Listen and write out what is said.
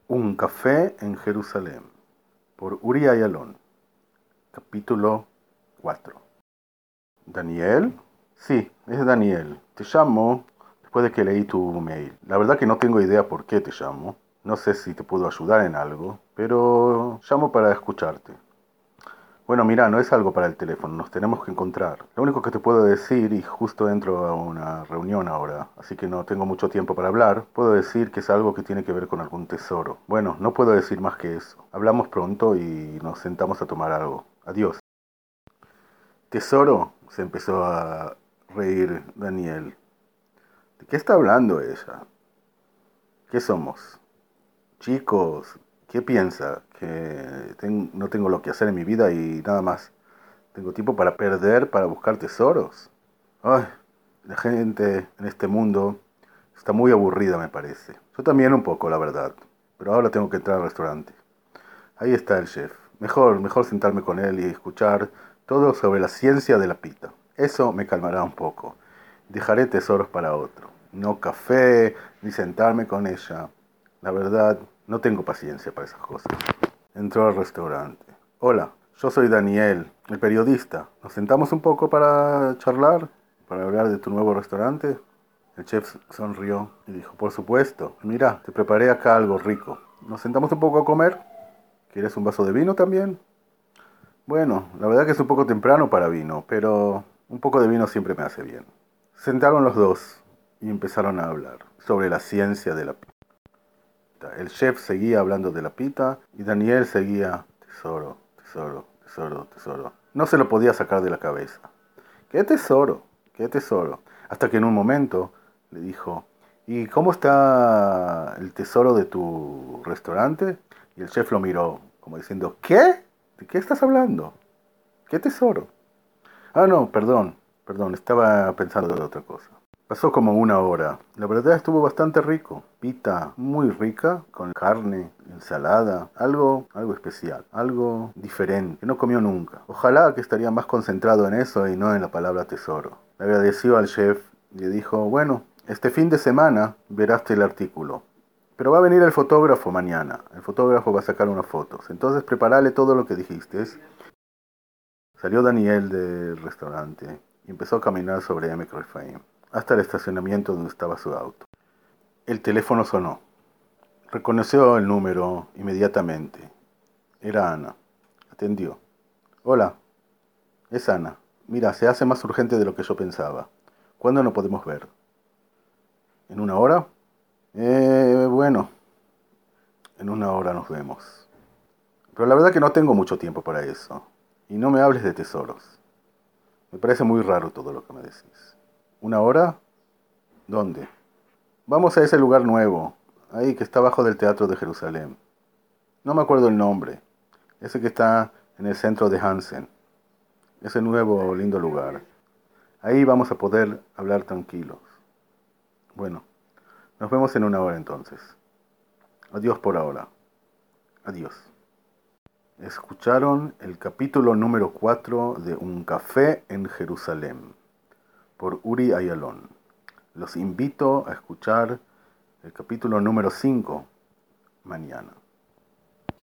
Un café en Jerusalén, por Uri Ayalon, capítulo 4. ¿Daniel? Sí, es Daniel. Te llamo después de que leí tu mail. La verdad que no tengo idea por qué te llamo. No sé si te puedo ayudar en algo, pero llamo para escucharte. Bueno, mira, no es algo para el teléfono, nos tenemos que encontrar. Lo único que te puedo decir, y justo entro a una reunión ahora, así que no tengo mucho tiempo para hablar, puedo decir que es algo que tiene que ver con algún tesoro. Bueno, no puedo decir más que eso. Hablamos pronto y nos sentamos a tomar algo. Adiós. ¿Tesoro? Se empezó a reír Daniel. ¿De qué está hablando ella? ¿Qué somos? Chicos, ¿qué piensa? ¿Que no tengo lo que hacer en mi vida y nada más? ¿Tengo tiempo para perder, para buscar tesoros? Ay, la gente en este mundo está muy aburrida, me parece. Yo también un poco, la verdad. Pero ahora tengo que entrar al restaurante. Ahí está el chef. Mejor sentarme con él y escuchar todo sobre la ciencia de la pita. Eso me calmará un poco. Dejaré tesoros para otro. No café, ni sentarme con ella. La verdad, no tengo paciencia para esas cosas. Entró al restaurante. Hola, yo soy Daniel, el periodista. ¿Nos sentamos un poco para charlar? ¿Para hablar de tu nuevo restaurante? El chef sonrió y dijo, por supuesto. Mira, te preparé acá algo rico. ¿Nos sentamos un poco a comer? ¿Quieres un vaso de vino también? Bueno, la verdad que es un poco temprano para vino, pero un poco de vino siempre me hace bien. Se sentaron los dos y empezaron a hablar sobre la ciencia de la pita. El chef seguía hablando de la pita y Daniel seguía, tesoro, tesoro, tesoro, tesoro. No se lo podía sacar de la cabeza. ¿Qué tesoro? ¿Qué tesoro? Hasta que en un momento le dijo, ¿y cómo está el tesoro de tu restaurante? Y el chef lo miró como diciendo, ¿qué? ¿De qué estás hablando? ¿Qué tesoro? Ah, no, perdón, estaba pensando de otra cosa. Pasó como una hora. La verdad estuvo bastante rico. Pita muy rica, con carne, ensalada, algo especial, algo diferente, que no comió nunca. Ojalá que estaría más concentrado en eso y no en la palabra tesoro. Le agradeció al chef y le dijo, bueno, este fin de semana verás el artículo. Pero va a venir el fotógrafo mañana. El fotógrafo va a sacar unas fotos. Entonces preparale todo lo que dijiste. Salió Daniel del restaurante y empezó a caminar sobre Emmet Refrain hasta el estacionamiento donde estaba su auto. El teléfono sonó. Reconoció el número inmediatamente. Era Ana. Atendió. Hola, es Ana. Mira, se hace más urgente de lo que yo pensaba. ¿Cuándo nos podemos ver? ¿En una hora? Bueno, en una hora nos vemos. Pero la verdad que no tengo mucho tiempo para eso. Y no me hables de tesoros. Me parece muy raro todo lo que me decís. ¿Una hora? ¿Dónde? Vamos a ese lugar nuevo, ahí que está abajo del Teatro de Jerusalén. No me acuerdo el nombre. Ese que está en el centro de Hansen. Ese nuevo lindo lugar. Ahí vamos a poder hablar tranquilos. Bueno, nos vemos en una hora entonces. Adiós por ahora. Adiós. Escucharon el capítulo número 4 de Un café en Jerusalén por Uri Ayalon. Los invito a escuchar el capítulo número 5 mañana.